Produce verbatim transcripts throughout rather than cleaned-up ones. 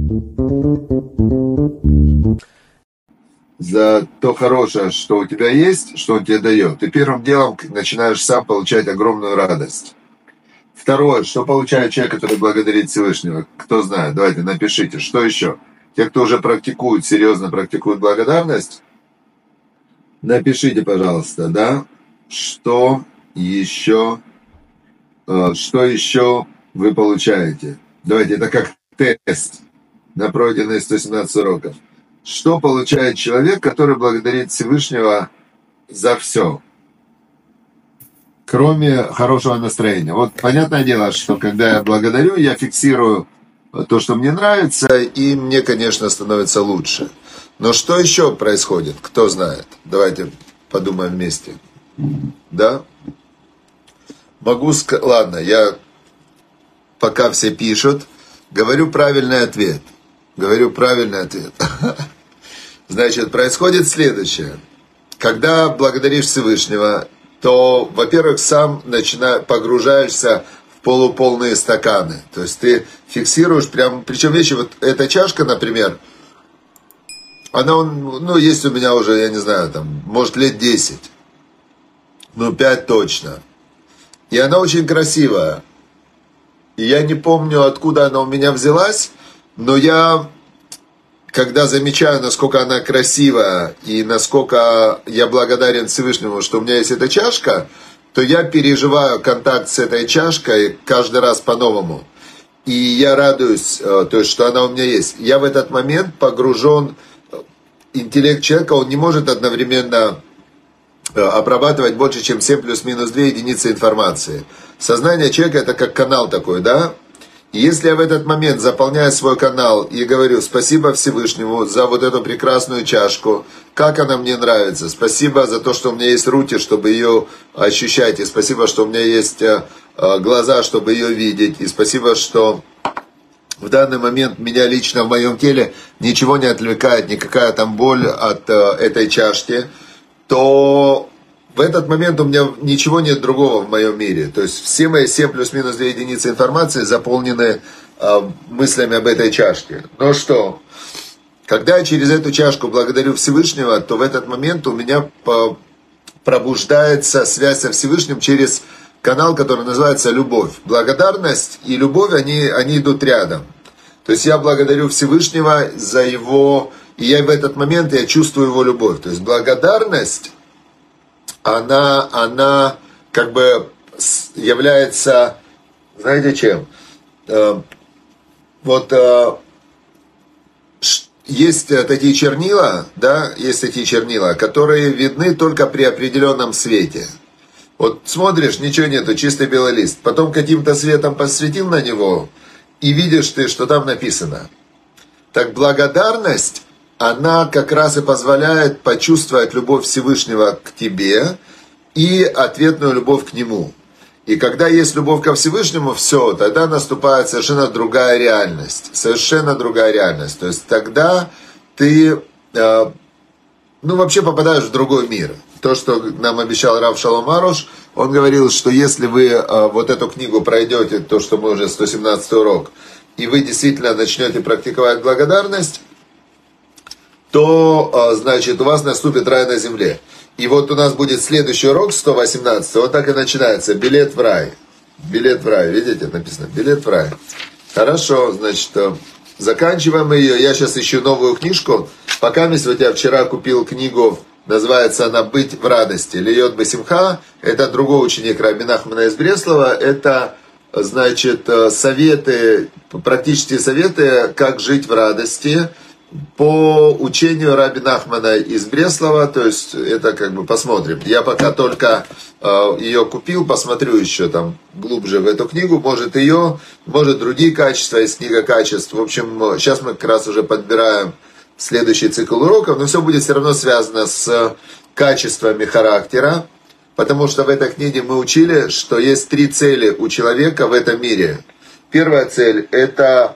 За то хорошее, что у тебя есть, что он тебе дает. Ты первым делом начинаешь сам получать огромную радость. Второе, что получает человек, который благодарит Всевышнего? Кто знает? Давайте напишите. Что еще? Те, кто уже практикует, серьезно практикует благодарность, напишите, пожалуйста, да, что еще, что еще вы получаете. Давайте, это как тест на пройденные сто семнадцать уроков. Что получает человек, который благодарит Всевышнего за все, кроме хорошего настроения? Вот понятное дело, что когда я благодарю, я фиксирую то, что мне нравится, и мне, конечно, становится лучше. Но что еще происходит? Кто знает? Давайте подумаем вместе. Да? Могу сказать... Ладно, я, пока все пишут, говорю правильный ответ. Говорю правильный ответ. Значит, происходит следующее. Когда благодаришь Всевышнего, то, во-первых, сам начинаешь, погружаешься в полуполные стаканы. То есть ты фиксируешь прям... Причем вещи, вот эта чашка, например, она, ну, есть у меня уже, я не знаю, там, может, лет десять. Ну, пять точно. И она очень красивая. И я не помню, откуда она у меня взялась, но я... Когда замечаю, насколько она красивая и насколько я благодарен Всевышнему, что у меня есть эта чашка, то я переживаю контакт с этой чашкой каждый раз по-новому. И я радуюсь, то есть, что она у меня есть. Я в этот момент погружен, интеллект человека, он не может одновременно обрабатывать больше, чем семь плюс-минус две единицы информации. Сознание человека это как канал такой, да? И если я в этот момент заполняю свой канал и говорю спасибо Всевышнему за вот эту прекрасную чашку, как она мне нравится, спасибо за то, что у меня есть руки, чтобы ее ощущать, и спасибо, что у меня есть глаза, чтобы ее видеть, и спасибо, что в данный момент меня лично в моем теле ничего не отвлекает, никакая там боль от этой чашки, то... В этот момент у меня ничего нет другого в моем мире. То есть все мои семь плюс-минус две единицы информации заполнены э, мыслями об этой чашке. Но что? Когда я через эту чашку благодарю Всевышнего, то в этот момент у меня по, пробуждается связь со Всевышним через канал, который называется любовь. Благодарность и любовь, они, они идут рядом. То есть я благодарю Всевышнего за его... И я в этот момент я чувствую его любовь. То есть благодарность... Она, она как бы является, знаете чем? Э, вот э, есть такие чернила, да, есть такие чернила, которые видны только при определенном свете. Вот смотришь, ничего нету, чистый белый лист. Потом каким-то светом посветил на него, и видишь ты, что там написано. Так благодарность... Она как раз и позволяет почувствовать любовь Всевышнего к тебе и ответную любовь к Нему. И когда есть любовь ко Всевышнему, все, тогда наступает совершенно другая реальность. Совершенно другая реальность. То есть тогда ты, э, ну, вообще попадаешь в другой мир. То, что нам обещал Рав Шалом Аруш, он говорил, что если вы э, вот эту книгу пройдете, то, что мы уже сто семнадцатый урок, и вы действительно начнете практиковать благодарность, то, значит, у вас наступит рай на земле. И вот у нас будет следующий урок, сто восемнадцатый, вот так и начинается, билет в рай. Билет в рай, видите, написано, билет в рай. Хорошо, значит, заканчиваем ее, я сейчас ищу новую книжку. Пока вот я вчера купил книгу, называется она «Быть в радости», Льет Басимха, это другой ученик Раби Нахмана из Бреслова, это, значит, советы, практические советы, как жить в радости, по учению Раби Нахмана из Бреслова, то есть это как бы посмотрим. Я пока только э, ее купил, посмотрю еще там глубже в эту книгу, может ее, может другие качества, есть книга качеств. В общем, сейчас мы как раз уже подбираем следующий цикл уроков, но все будет все равно связано с качествами характера, потому что в этой книге мы учили, что есть три цели у человека в этом мире. Первая цель это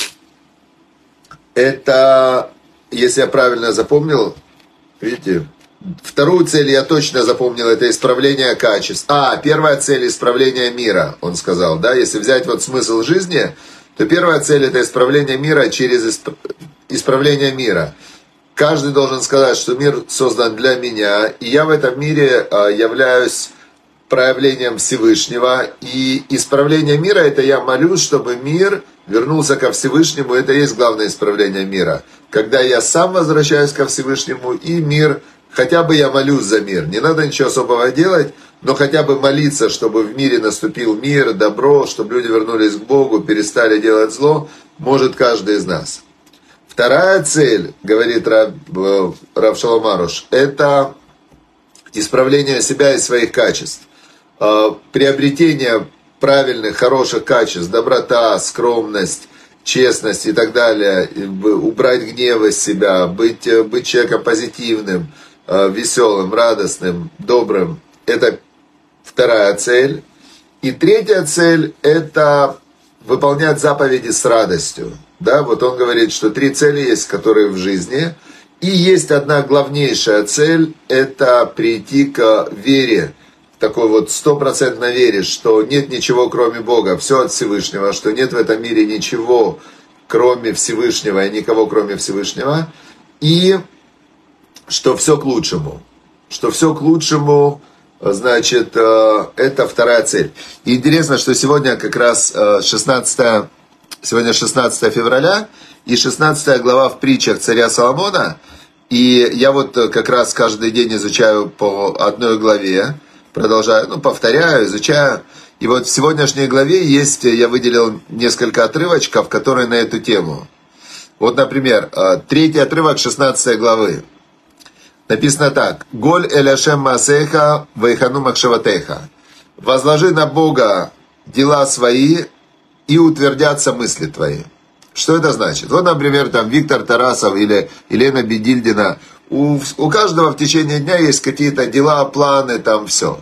Это, если я правильно запомнил, видите, вторую цель я точно запомнил, это исправление качеств. А, первая цель исправления мира, он сказал, да, если взять вот смысл жизни, то первая цель – это исправление мира через исп... исправление мира. Каждый должен сказать, что мир создан для меня, и я в этом мире являюсь проявлением Всевышнего. И исправление мира – это я молюсь, чтобы мир вернулся ко Всевышнему. Это и есть главное исправление мира. Когда я сам возвращаюсь ко Всевышнему, и мир, хотя бы я молюсь за мир. Не надо ничего особого делать, но хотя бы молиться, чтобы в мире наступил мир, добро, чтобы люди вернулись к Богу, перестали делать зло, может каждый из нас. Вторая цель, говорит Рав, Рав Шолом Аруш, это исправление себя и своих качеств. Приобретение правильных, хороших качеств, доброта, скромность, честность и так далее, убрать гнев из себя, быть, быть человеком позитивным, веселым, радостным, добрым. Это вторая цель. И третья цель – это выполнять заповеди с радостью. Да, вот он говорит, что три цели есть, которые в жизни. И есть одна главнейшая цель – это прийти к вере, такой вот стопроцентной вере, что нет ничего кроме Бога, все от Всевышнего, что нет в этом мире ничего кроме Всевышнего и никого кроме Всевышнего. И что все к лучшему. Что все к лучшему, значит, это вторая цель. И интересно, что сегодня как раз шестнадцатое, сегодня шестнадцатое февраля, и шестнадцатая глава в притчах царя Соломона. И я вот как раз каждый день изучаю по одной главе, продолжаю, ну, повторяю, изучаю. И вот в сегодняшней главе есть, я выделил несколько отрывочков, которые на эту тему. Вот, например, третий отрывок шестнадцатой главы. Написано так. «Голь эляшем маасеха вайхану махшаватеха». «Возложи на Бога дела свои, и утвердятся мысли твои». Что это значит? Вот, например, там Виктор Тарасов или Елена Бедильдина. У, у каждого в течение дня есть какие-то дела, планы, там все.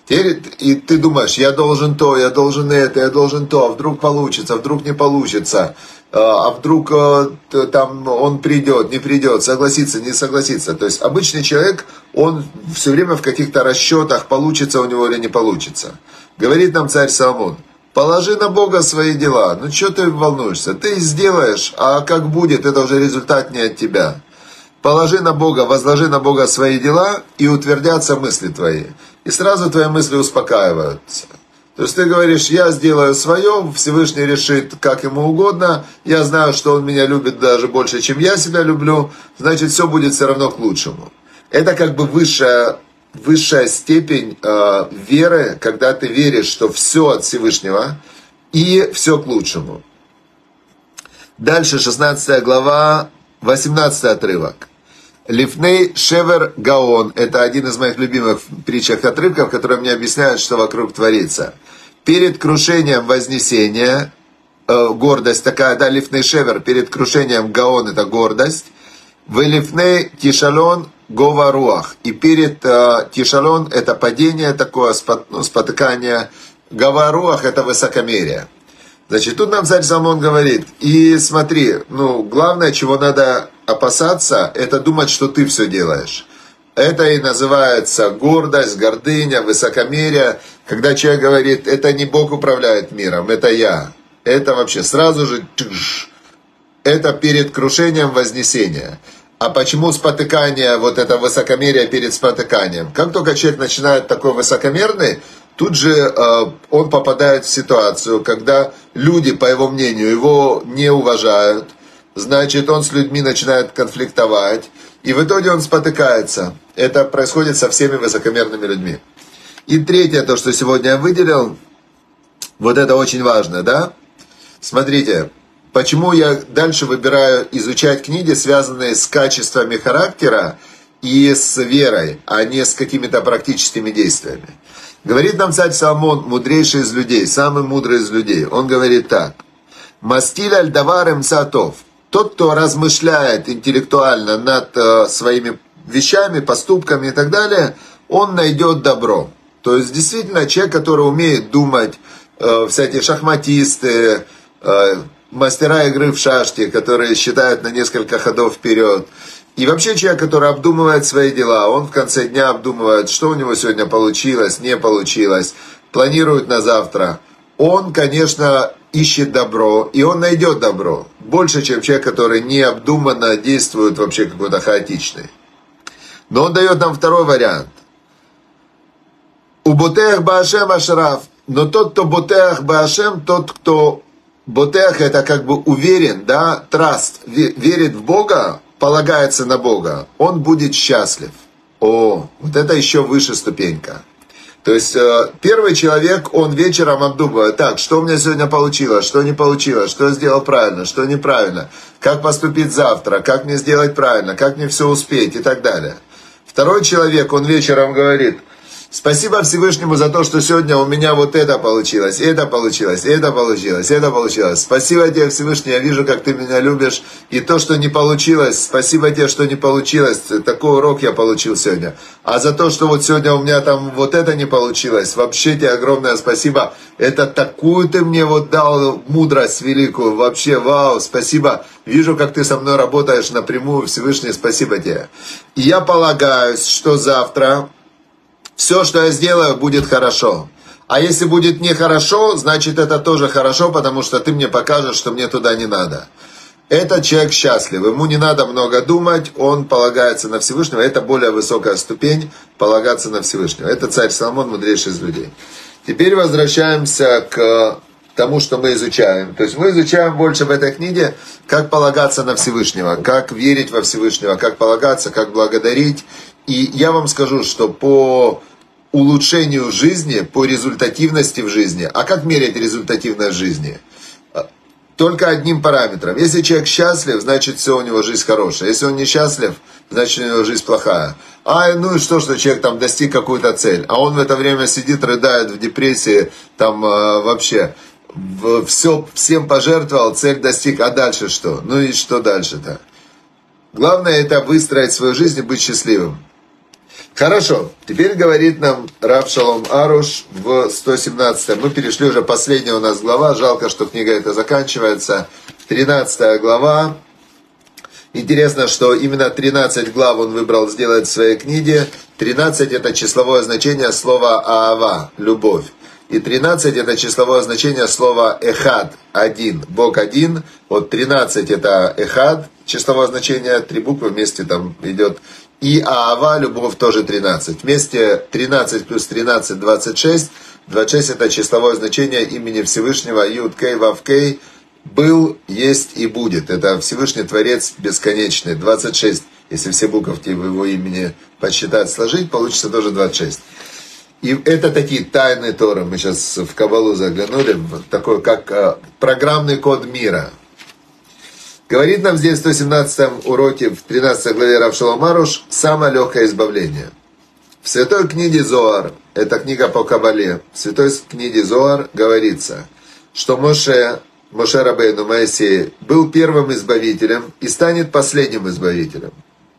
И ты думаешь, я должен то, я должен это, я должен то, а вдруг получится, а вдруг не получится, а вдруг там он придет, не придет, согласится, не согласится. То есть обычный человек, он все время в каких-то расчетах, получится у него или не получится. Говорит нам царь Соломон, положи на Бога свои дела, ну что ты волнуешься, ты сделаешь, а как будет, это уже результат не от тебя. Положи на Бога, возложи на Бога свои дела, и утвердятся мысли твои. И сразу твои мысли успокаиваются. То есть ты говоришь, я сделаю свое, Всевышний решит, как ему угодно, я знаю, что он меня любит даже больше, чем я себя люблю, значит, все будет все равно к лучшему. Это как бы высшая, высшая степень э, веры, когда ты веришь, что все от Всевышнего, и все к лучшему. Дальше шестнадцатая глава, восемнадцатый отрывок. Лифней Шевер Гаон. Это один из моих любимых притчах отрывков, которые мне объясняют, что вокруг творится. Перед крушением Вознесения, э, гордость такая, да, Лифней Шевер, перед крушением Гаон это гордость. В Лифней Тишалон Гова Руах. И перед э, Тишалон это падение такое, спот, ну, спотыкание. Гова Руах это высокомерие. Значит, тут нам царь Соломон говорит, и смотри, ну, главное, чего надо опасаться, это думать, что ты все делаешь. Это и называется гордость, гордыня, высокомерие. Когда человек говорит, это не Бог управляет миром, это я. Это вообще сразу же, это перед крушением Вознесения. А почему спотыкание, вот это высокомерие перед спотыканием? Как только человек начинает такой высокомерный, тут же э, он попадает в ситуацию, когда люди, по его мнению, его не уважают. Значит, он с людьми начинает конфликтовать. И в итоге он спотыкается. Это происходит со всеми высокомерными людьми. И третье, то, что сегодня я выделил, вот это очень важно, да? Смотрите, почему я дальше выбираю изучать книги, связанные с качествами характера и с верой, а не с какими-то практическими действиями. Говорит нам царь Соломон, мудрейший из людей, самый мудрый из людей. Он говорит так. «Мастиль аль-давар цатов». Тот, кто размышляет интеллектуально над э, своими вещами, поступками и так далее, он найдет добро. То есть, действительно, человек, который умеет думать, э, всякие шахматисты, э, мастера игры в шашки, которые считают на несколько ходов вперед, и вообще человек, который обдумывает свои дела, он в конце дня обдумывает, что у него сегодня получилось, не получилось, планирует на завтра. Он, конечно, ищет добро, и он найдет добро. Больше, чем человек, который необдуманно действует вообще какой-то хаотичный. Но он дает нам второй вариант. У ботех баашем ашраф. Но тот, кто ботех баашем, тот, кто ботех, это как бы уверен, да, траст, верит в Бога, полагается на Бога, он будет счастлив. О, вот это еще выше ступенька. То есть первый человек, он вечером обдумывает, так, что у меня сегодня получилось, что не получилось, что я сделал правильно, что неправильно, как поступить завтра, как мне сделать правильно, как мне все успеть и так далее. Второй человек, он вечером говорит, спасибо Всевышнему за то, что сегодня у меня вот это получилось, это получилось, это получилось, это получилось. Спасибо тебе, Всевышний, я вижу, как ты меня любишь. И то, что не получилось, спасибо тебе, что не получилось. Такой урок я получил сегодня. А за то, что вот сегодня у меня там вот это не получилось, вообще тебе огромное спасибо. Это такую ты мне вот дал мудрость великую. Вообще, вау, спасибо. Вижу, как ты со мной работаешь напрямую, Всевышний, спасибо тебе. И я полагаюсь, что завтра все, что я сделаю, будет хорошо. А если будет нехорошо, значит это тоже хорошо, потому что ты мне покажешь, что мне туда не надо. Этот человек счастлив, ему не надо много думать, он полагается на Всевышнего. Это более высокая ступень, полагаться на Всевышнего. Это царь Соломон, мудрейший из людей. Теперь возвращаемся к тому, что мы изучаем. То есть мы изучаем больше в этой книге, как полагаться на Всевышнего, как верить во Всевышнего, как полагаться, как благодарить. И я вам скажу, что по улучшению жизни, по результативности в жизни. А как мерять результативность жизни? Только одним параметром. Если человек счастлив, значит все у него жизнь хорошая. Если он несчастлив, значит у него жизнь плохая. А ну и что, что человек там достиг какую-то цель, а он в это время сидит, рыдает в депрессии, там э, вообще все, всем пожертвовал, цель достиг, а дальше что? Ну и что дальше-то? Главное это выстроить свою жизнь и быть счастливым. Хорошо, теперь говорит нам Рав Шалом Аруш в сто семнадцатой. Мы перешли уже, последняя у нас глава. Жалко, что книга эта заканчивается. тринадцатая глава. Интересно, что именно тринадцать глав он выбрал сделать в своей книге. тринадцать это числовое значение слова Аава, любовь. И тринадцать это числовое значение слова Эхад, один, Бог один. Вот тринадцать это Эхад, числовое значение, три буквы вместе там идет. И Аава, любовь, тоже тринадцать. Вместе тринадцать плюс тринадцать, двадцать шесть. двадцать шесть это числовое значение имени Всевышнего Юд Кей Вав Кей. Был, есть и будет. Это Всевышний Творец бесконечный. двадцать шесть. Если все буковки в его имени подсчитать, сложить, получится тоже двадцать шесть. И это такие тайны Торы. Мы сейчас в Кабалу заглянули. Такой как программный код мира. Говорит нам здесь в сто семнадцатом уроке, в тринадцатой главе Рав Шалом Аруш, самое легкое избавление. В святой книге Зоар, это книга по Кабале, в святой книге Зоар говорится, что Моше, Моше Рабейну Моисей был первым избавителем и станет последним избавителем.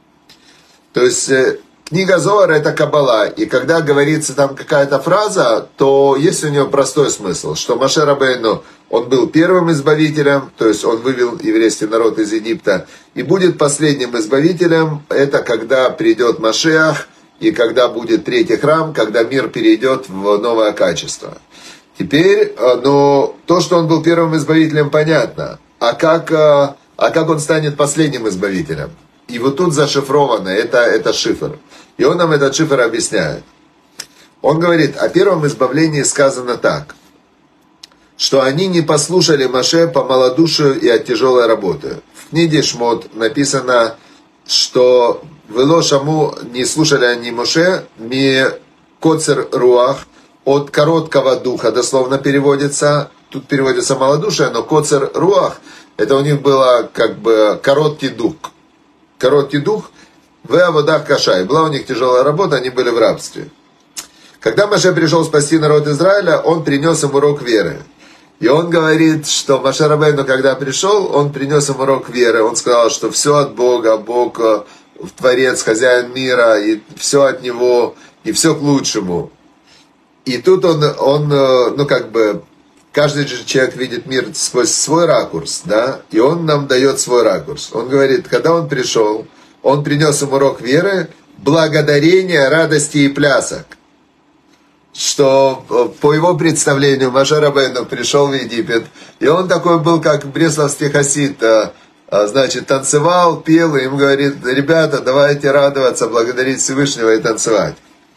То есть книга Зоар это Кабала, и когда говорится там какая-то фраза, то есть у нее простой смысл, что Моше Рабейну он был первым избавителем, то есть он вывел еврейский народ из Египта, и будет последним избавителем, это когда придет Машиах, и когда будет третий храм, когда мир перейдет в новое качество. Теперь, ну, то, что он был первым избавителем, понятно. А как, а как он станет последним избавителем? И вот тут зашифровано, это, это шифр. И он нам этот шифр объясняет. Он говорит, о первом избавлении сказано так, что они не послушали Моше по малодушию и от тяжелой работы. В книге Шмот написано, что «Вело шаму» не слушали они Моше, ми коцер руах, от короткого духа, дословно переводится, тут переводится малодушие, но коцер руах, это у них было как бы короткий дух. Короткий дух, в аводах кашай, была у них тяжелая работа, они были в рабстве. Когда Моше пришел спасти народ Израиля, он принес им урок веры. И он говорит, что Моше Рабейну, когда пришел, он принес им урок веры. Он сказал, что все от Бога, Бог Творец, хозяин мира, и все от Него, и все к лучшему. И тут он, он, ну как бы, каждый же человек видит мир сквозь свой ракурс, да, и он нам дает свой ракурс. Он говорит, когда он пришел, он принес им урок веры, благодарения, радости и плясок. что по его представлению Моше Рабейну пришел в Египет, и он такой был, как бресловский хасид, значит, танцевал, пел, и им говорит: ребята, давайте радоваться, благодарить Всевышнего и танцевать.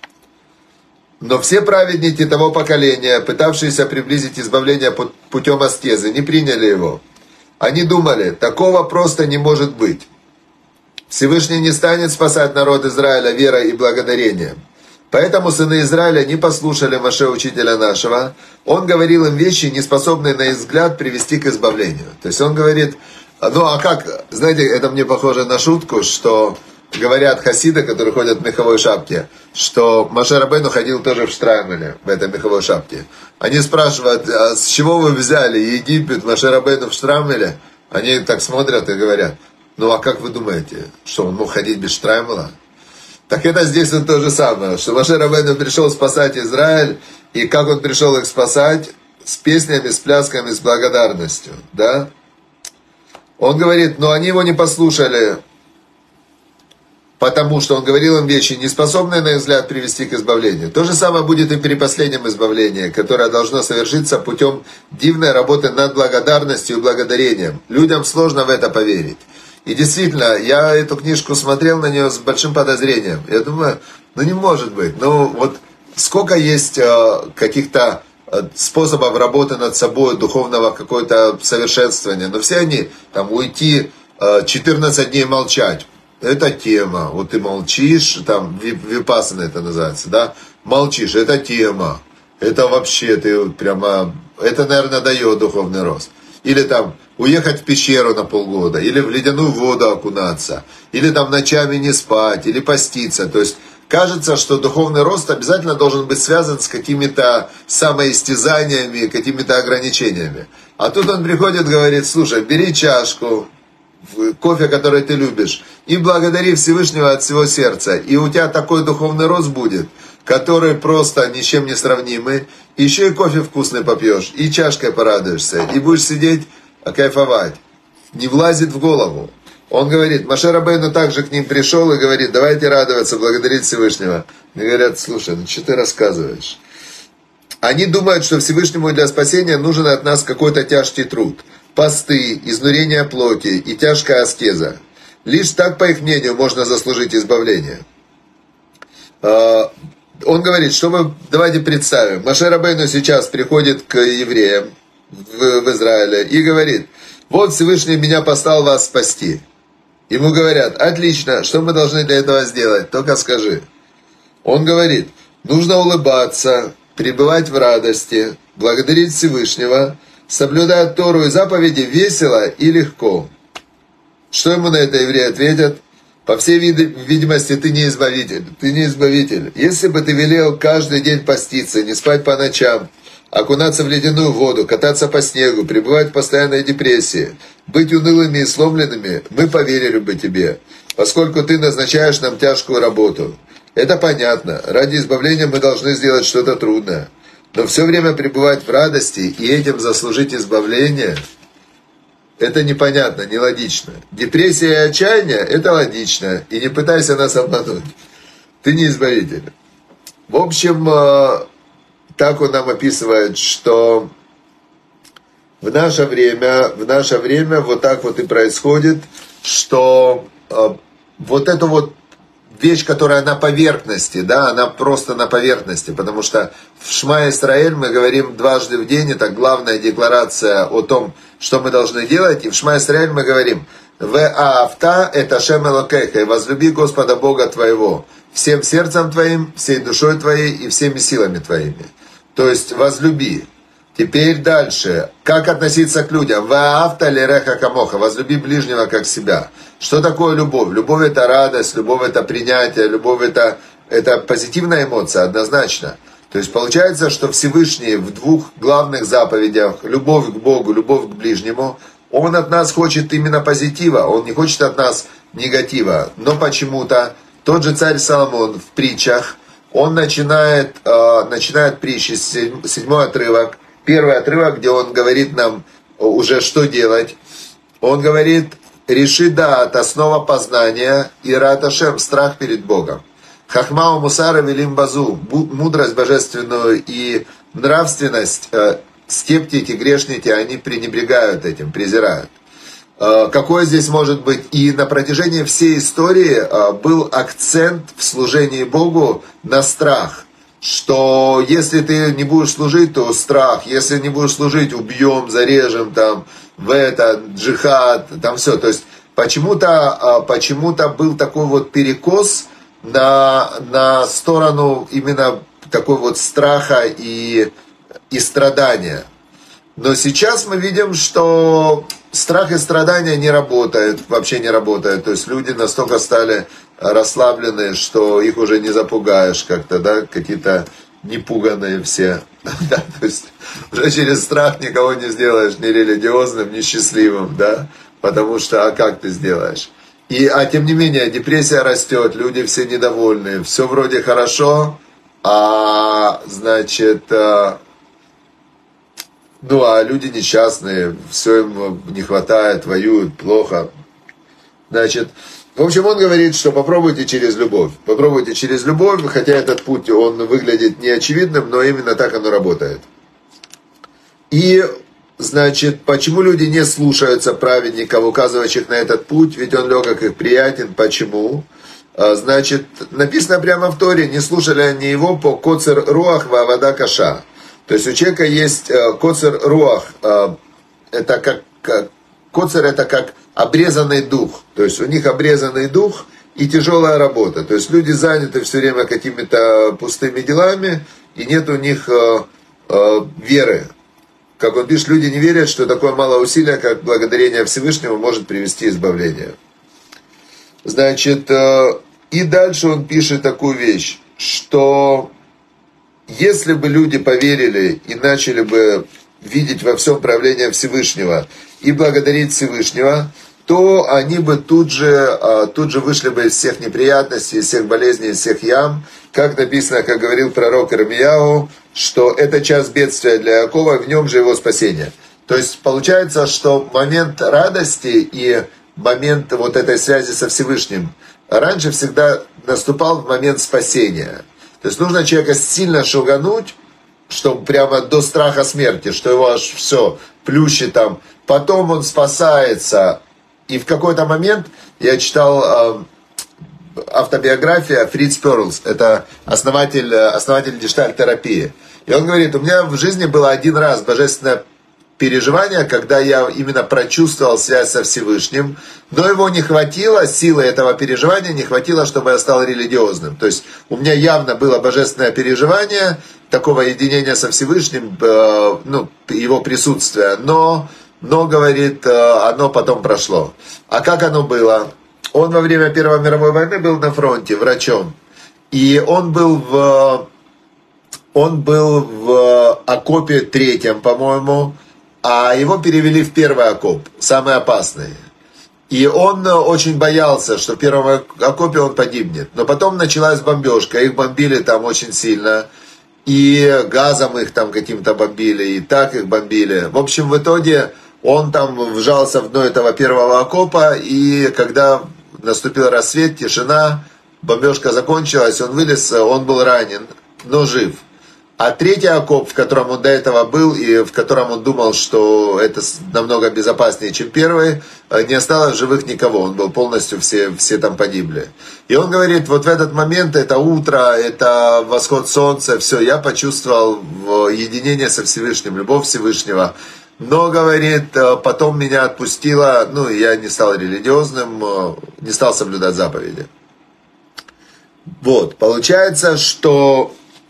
Но все праведники того поколения, пытавшиеся приблизить избавление путем аскезы, не приняли его. Они думали: такого просто не может быть. Всевышний не станет спасать народ Израиля верой и благодарением. Поэтому сыны Израиля не послушали Моше, учителя нашего. Он говорил им вещи, не способные на их взгляд привести к избавлению. То есть он говорит: ну а как, знаете, это мне похоже на шутку, что говорят хасиды, которые ходят в меховой шапке, что Моше Рабейну ходил тоже в штраймеле, в этой меховой шапке. Они спрашивают: а с чего вы взяли Египет, Моше Рабейну в штраймеле? Они так смотрят и говорят: ну а как вы думаете, что он мог ходить без штраймела? Так это здесь вот то же самое, что Моше Рабейну пришел спасать Израиль, и как он пришел их спасать? С песнями, с плясками, с благодарностью, да? Он говорит: но они его не послушали, потому что он говорил им вещи, не способные, на их взгляд, привести к избавлению. То же самое будет и при последнем избавлении, которое должно совершиться путем дивной работы над благодарностью и благодарением. Людям сложно в это поверить. И действительно, я эту книжку смотрел на нее с большим подозрением. Я думаю, ну не может быть. Ну вот сколько есть э, каких-то э, способов работы над собой, духовного какого-то совершенствования. Но все они, там, уйти э, четырнадцать дней молчать. Это тема. Вот ты молчишь, там, випассана это называется, да? Молчишь, это тема. Это вообще, ты прямо, это, наверное, дает духовный рост. Или там уехать в пещеру на полгода, или в ледяную воду окунаться, или там ночами не спать, или поститься. То есть кажется, что духовный рост обязательно должен быть связан с какими-то самоистязаниями, какими-то ограничениями. А тут он приходит и говорит: слушай, бери чашку, кофе, который ты любишь, и благодари Всевышнего от всего сердца. И у тебя такой духовный рост будет, который просто ни с чем не сравнимый. Еще и кофе вкусный попьешь, и чашкой порадуешься, и будешь сидеть, кайфовать. Не влазит в голову. Он говорит, Моше Рабейну также к ним пришел и говорит: давайте радоваться, благодарить Всевышнего. И говорят: слушай, ну что ты рассказываешь? Они думают, что Всевышнему для спасения нужен от нас какой-то тяжкий труд. Посты, изнурение плоти и тяжкая аскеза. Лишь так, по их мнению, можно заслужить избавление. Он говорит, что мы, давайте представим, Моше Рабейну сейчас приходит к евреям в, в Израиле и говорит: вот Всевышний меня послал вас спасти. Ему говорят: отлично, что мы должны для этого сделать? Только скажи. Он говорит: нужно улыбаться, пребывать в радости, благодарить Всевышнего, соблюдая Тору и заповеди весело и легко. Что ему на это евреи ответят? По всей видимости, ты не избавитель. Ты не избавитель. Если бы ты велел каждый день поститься, не спать по ночам, окунаться в ледяную воду, кататься по снегу, пребывать в постоянной депрессии, быть унылыми и сломленными, мы поверили бы тебе, поскольку ты назначаешь нам тяжкую работу. Это понятно. Ради избавления мы должны сделать что-то трудное. Но все время пребывать в радости и этим заслужить избавление – это непонятно, нелогично. Депрессия и отчаяние – это логично. И не пытайся нас обмануть. Ты не избавитель. В общем, так он нам описывает, что в наше время, в наше время вот так вот и происходит, что вот эту вот вещь, которая на поверхности, да, она просто на поверхности, потому что в Шма Исраэль мы говорим дважды в день, это главная декларация о том, что мы должны делать, и в Шма Исраэль мы говорим: «Ве'аавта это Шем Элокеха, и возлюби Господа Бога твоего всем сердцем твоим, всей душой твоей и всеми силами твоими». То есть возлюби. Теперь дальше. Как относиться к людям? «Ве'аавта лереха камоха», возлюби ближнего как себя. Что такое любовь? Любовь – это радость, любовь – это принятие, любовь это, – это позитивная эмоция, однозначно. То есть получается, что Всевышний в двух главных заповедях, любовь к Богу, любовь к ближнему, Он от нас хочет именно позитива, Он не хочет от нас негатива. Но почему-то тот же царь Соломон в притчах, он начинает, э, начинает притчи, седьмой отрывок, первый отрывок, где он говорит нам уже, что делать. Он говорит: реши дат, основа познания, и рат Ашем, страх перед Богом. Хахмау мусара велим базу. Мудрость божественную и нравственность скептики, грешники, они пренебрегают этим, презирают. Какой здесь может быть? И на протяжении всей истории был акцент в служении Богу на страх. Что если ты не будешь служить, то страх. Если не будешь служить, убьем, зарежем, там, в это, джихад, там все. То есть почему-то, почему-то был такой вот перекос на, на сторону именно такой вот страха и, и страдания. Но сейчас мы видим, что страх и страдания не работают, вообще не работают. То есть люди настолько стали расслаблены, что их уже не запугаешь как-то, да, какие-то непуганные все. Да? То есть уже через страх никого не сделаешь ни религиозным, ни счастливым, да, потому что, а как ты сделаешь? И, а тем не менее, депрессия растет, люди все недовольны, все вроде хорошо, а, значит, ну, а люди несчастные, все им не хватает, воюют плохо. Значит, в общем, он говорит, что попробуйте через любовь. Попробуйте через любовь, хотя этот путь, он выглядит неочевидным, но именно так оно работает. И, значит, почему люди не слушаются праведников, указывающих на этот путь, ведь он легок их приятен. Почему? Значит, написано прямо в Торе, не слушали они его по коцер руах ва вода каша. То есть у человека есть коцер руах, это как, как коцер это как обрезанный дух, то есть у них обрезанный дух и тяжелая работа, то есть люди заняты все время какими-то пустыми делами и нет у них э, э, веры. Как он пишет, люди не верят, что такое малое усилие, как благодарение Всевышнему, может привести избавление. Значит, э, и дальше он пишет такую вещь, что если бы люди поверили и начали бы видеть во всем правление Всевышнего и благодарить Всевышнего, то они бы тут же, тут же вышли бы из всех неприятностей, из всех болезней, из всех ям. Как написано, как говорил пророк Ирмияу, что это час бедствия для Иакова, в нем же его спасение. То есть получается, что момент радости и момент вот этой связи со Всевышним раньше всегда наступал в момент спасения. То есть нужно человека сильно шугануть, чтобы прямо до страха смерти, что его аж все плющит там. Потом он спасается. И в какой-то момент я читал э, автобиография Фриц Перлс, это основатель, основатель гештальт-терапии. И он говорит, у меня в жизни было один раз божественное переживание, когда я именно прочувствовал связь со Всевышним, но его не хватило, силы этого переживания не хватило, чтобы я стал религиозным. То есть у меня явно было божественное переживание, такого единения со Всевышним, э, ну, его присутствия, но, но, говорит, э, оно потом прошло. А как оно было? Он во время Первой мировой войны был на фронте врачом, и он был в, он был в окопе третьем, по-моему, а его перевели в первый окоп, самый опасный. И он очень боялся, что в первом окопе он погибнет. Но потом началась бомбежка, их бомбили там очень сильно. И газом их там каким-то бомбили, и так их бомбили. В общем, в итоге он там вжался в дно этого первого окопа. И когда наступил рассвет, тишина, бомбежка закончилась, он вылез, он был ранен, но жив. А третий окоп, в котором он до этого был, и в котором он думал, что это намного безопаснее, чем первый, не осталось живых никого. Он был полностью, все, все там погибли. И он говорит, вот в этот момент, это утро, это восход солнца, все, я почувствовал единение со Всевышним, любовь Всевышнего. Но, говорит, потом меня отпустило, ну, я не стал религиозным, не стал соблюдать заповеди. Вот, получается, что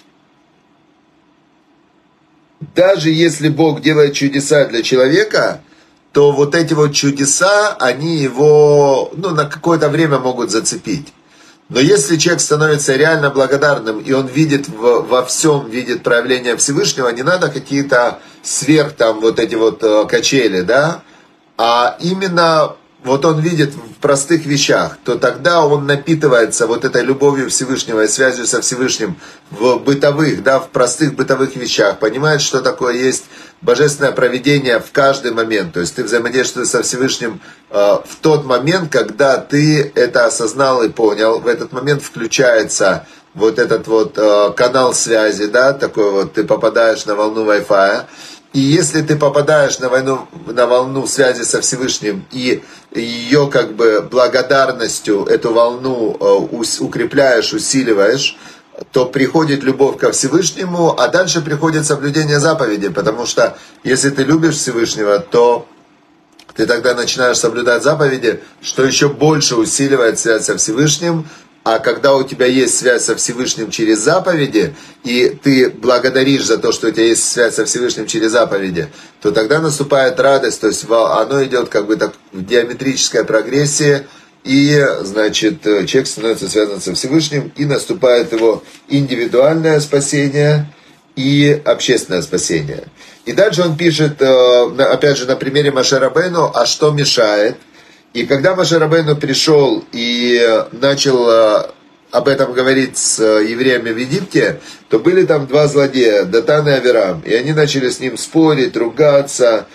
даже если Бог делает чудеса для человека, то вот эти вот чудеса, они его, ну, на какое-то время могут зацепить. Но если человек становится реально благодарным, и он видит в, во всем, видит проявление Всевышнего, не надо какие-то сверх там вот эти вот качели, да, а именно вот он видит в простых вещах, то тогда он напитывается вот этой любовью Всевышнего и связью со Всевышним в бытовых, да, в простых бытовых вещах, понимает, что такое есть божественное провидение в каждый момент. То есть ты взаимодействуешь со Всевышним э, в тот момент, когда ты это осознал и понял. В этот момент включается вот этот вот э, канал связи, да, такой вот, ты попадаешь на волну Wi-Fi. И если ты попадаешь на, войну, на волну связи со Всевышним и ее как бы благодарностью эту волну э, укрепляешь, усиливаешь, то приходит любовь ко Всевышнему, а дальше приходит соблюдение заповедей, потому что если ты любишь Всевышнего, то ты тогда начинаешь соблюдать заповеди, что еще больше усиливает связь со Всевышним. А когда у тебя есть связь со Всевышним через заповеди, и ты благодаришь за то, что у тебя есть связь со Всевышним через заповеди, то тогда наступает радость, то есть оно идет как бы так в геометрической прогрессии, и, значит, человек становится связан со Всевышним, и наступает его индивидуальное спасение и общественное спасение. И дальше он пишет, опять же, на примере Моше Рабейну, а что мешает? И когда Моше Рабейну пришел и начал об этом говорить с евреями в Египте, то были там два злодея, Датан и Авирам. И они начали с ним спорить, ругаться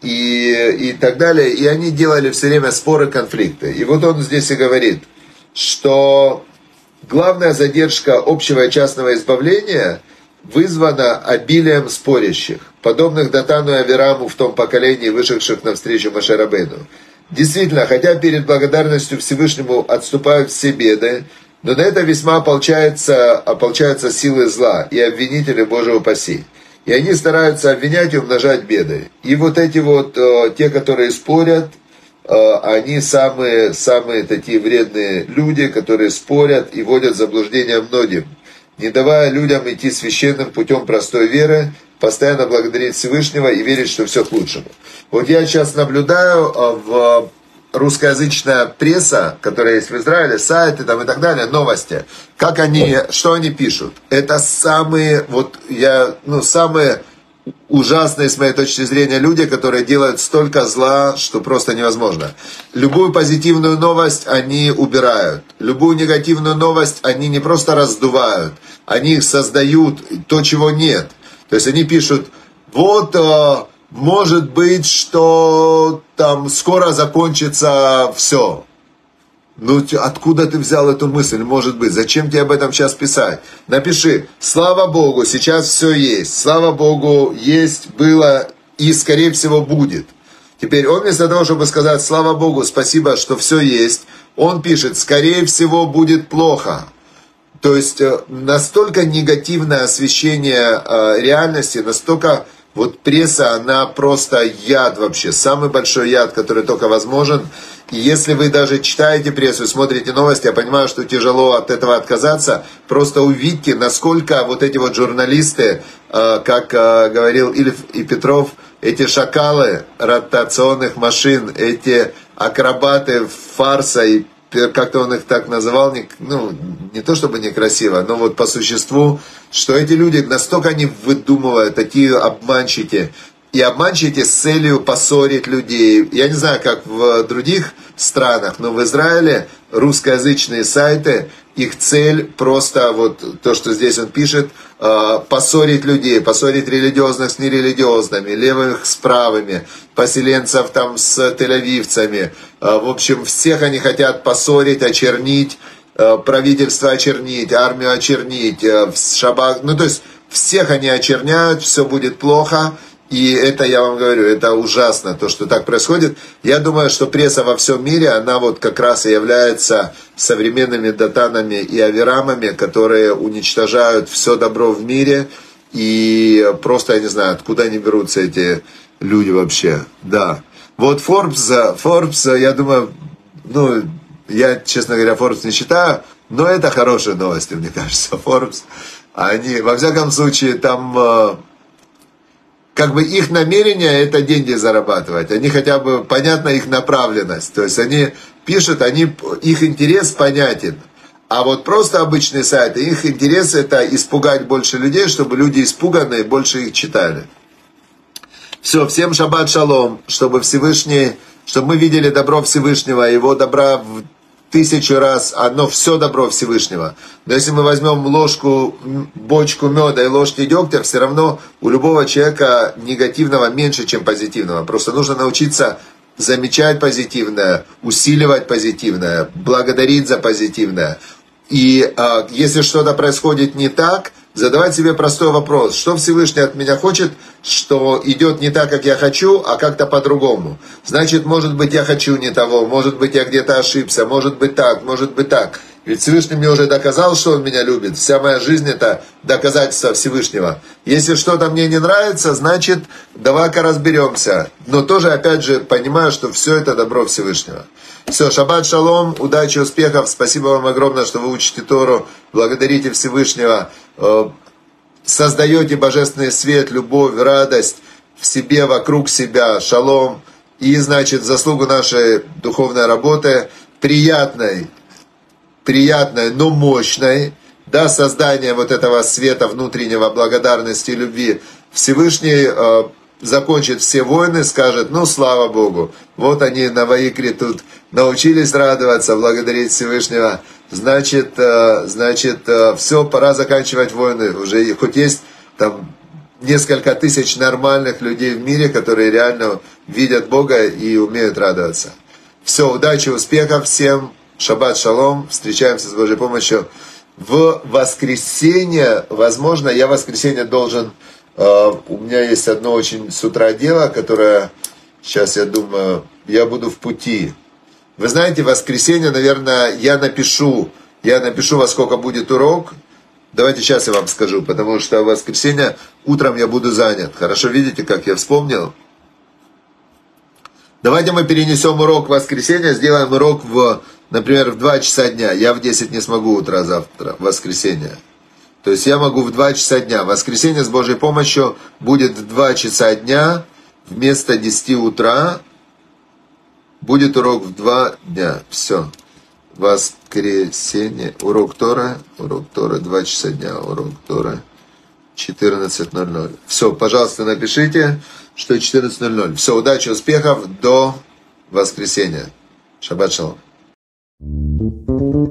и, и так далее. И они делали все время споры, конфликты. И вот он здесь и говорит, что главная задержка общего и частного избавления вызвана обилием спорящих, подобных Датану и Авираму в том поколении, вышедших навстречу Моше Рабейну. Действительно, хотя перед благодарностью Всевышнему отступают все беды, но на это весьма ополчаются, ополчаются силы зла и обвинители Божьего упаси. И они стараются обвинять и умножать беды. И вот эти вот, те, которые спорят, они самые, самые такие вредные люди, которые спорят и вводят в заблуждение многим, не давая людям идти священным путем простой веры, постоянно благодарить Всевышнего и верить, что все к лучшему. Вот я сейчас наблюдаю в русскоязычная пресса, которая есть в Израиле, сайты там и так далее, новости, как они, что они пишут. Это самые, вот я, ну, самые ужасные, с моей точки зрения, люди, которые делают столько зла, что просто невозможно. Любую позитивную новость они убирают. Любую негативную новость они не просто раздувают, они их создают, то, чего нет. То есть они пишут, вот, может быть, что там скоро закончится все. Ну, откуда ты взял эту мысль, может быть? Зачем тебе об этом сейчас писать? Напиши, слава Богу, сейчас все есть. Слава Богу, есть, было и, скорее всего, будет. Теперь он вместо того, чтобы сказать, слава Богу, спасибо, что все есть, он пишет, скорее всего, будет плохо. То есть настолько негативное освещение реальности, настолько вот пресса, она просто яд вообще, самый большой яд, который только возможен. И если вы даже читаете прессу, смотрите новости, я понимаю, что тяжело от этого отказаться, просто увидьте, насколько вот эти вот журналисты, как говорил Ильф и Петров, эти шакалы ротационных машин, эти акробаты фарса и как-то он их так называл, ну, не то чтобы некрасиво, но вот по существу, что эти люди настолько они выдумывают, такие обманщики, и обманщики с целью поссорить людей. Я не знаю, как в других странах, но в Израиле русскоязычные сайты, их цель просто, вот то, что здесь он пишет, поссорить людей, поссорить религиозных с нерелигиозными, левых с правыми, поселенцев там с тель-авивцами. В общем, всех они хотят поссорить, очернить, правительство очернить, армию очернить, шабак, ну то есть всех они очерняют, все будет плохо. И это, я вам говорю, это ужасно, то, что так происходит. Я думаю, что пресса во всем мире, она вот как раз и является современными Датанами и Авирамами, которые уничтожают все добро в мире. И просто, я не знаю, откуда они берутся, эти люди вообще. Да. Вот Forbes, Forbes, я думаю, ну, я, честно говоря, Forbes не читаю, но это хорошие новости, мне кажется. Forbes, они, во всяком случае, там... как бы их намерение это деньги зарабатывать, они хотя бы, понятна их направленность, то есть они пишут, они, их интерес понятен, а вот просто обычные сайты, их интерес это испугать больше людей, чтобы люди испуганные больше их читали. Все, всем шаббат шалом, чтобы Всевышний чтобы мы видели добро Всевышнего, Его добра в тысячу раз, одно все добро Всевышнего. Но если мы возьмем ложку, бочку меда и ложки дегтя, все равно у любого человека негативного меньше, чем позитивного. Просто нужно научиться замечать позитивное, усиливать позитивное, благодарить за позитивное. И а, если что-то происходит не так, задавать себе простой вопрос. Что Всевышний от меня хочет, что идет не так, как я хочу, а как-то по-другому. Значит, может быть, я хочу не того, может быть, я где-то ошибся, может быть так, может быть так. Ведь Всевышний мне уже доказал, что Он меня любит. Вся моя жизнь — это доказательство Всевышнего. Если что-то мне не нравится, значит, давай-ка разберемся. Но тоже, опять же, понимаю, что все это добро Всевышнего. Все, шаббат шалом, удачи, успехов. Спасибо вам огромное, что вы учите Тору. Благодарите Всевышнего. Создаете божественный свет, любовь, радость в себе, вокруг себя. Шалом. И, значит, заслугу нашей духовной работы, приятной, приятной, но мощной, да, создание вот этого света внутреннего, благодарности, любви. Всевышний э, закончит все войны, скажет: ну, слава Богу, вот они на Ваикре тут научились радоваться, благодарить Всевышнего. Значит, э, значит э, все, пора заканчивать войны. Уже хоть есть там несколько тысяч нормальных людей в мире, которые реально видят Бога и умеют радоваться. Все, удачи, успехов всем. Шаббат шалом. Встречаемся с Божьей помощью в воскресенье. Возможно, я в воскресенье должен... Э, у меня есть одно очень с утра дело, которое... Сейчас, я думаю, я буду в пути. Вы знаете, в воскресенье, наверное, я напишу, я напишу, во сколько будет урок. Давайте сейчас я вам скажу, потому что в воскресенье утром я буду занят. Хорошо, видите, как я вспомнил? Давайте мы перенесем урок в воскресенье, сделаем урок, в, например, в два часа дня. Я в десять не смогу утра завтра, в воскресенье. То есть я могу в два часа дня. В воскресенье с Божьей помощью будет в два часа дня вместо десяти утра. Будет урок в два дня. Все. Воскресенье. Урок Тора. Урок Тора. два часа дня. Урок Тора. четырнадцать ноль ноль. Все, пожалуйста, напишите, что четырнадцать ноль ноль. Все, удачи, успехов. До воскресенья. Шаббат шалом.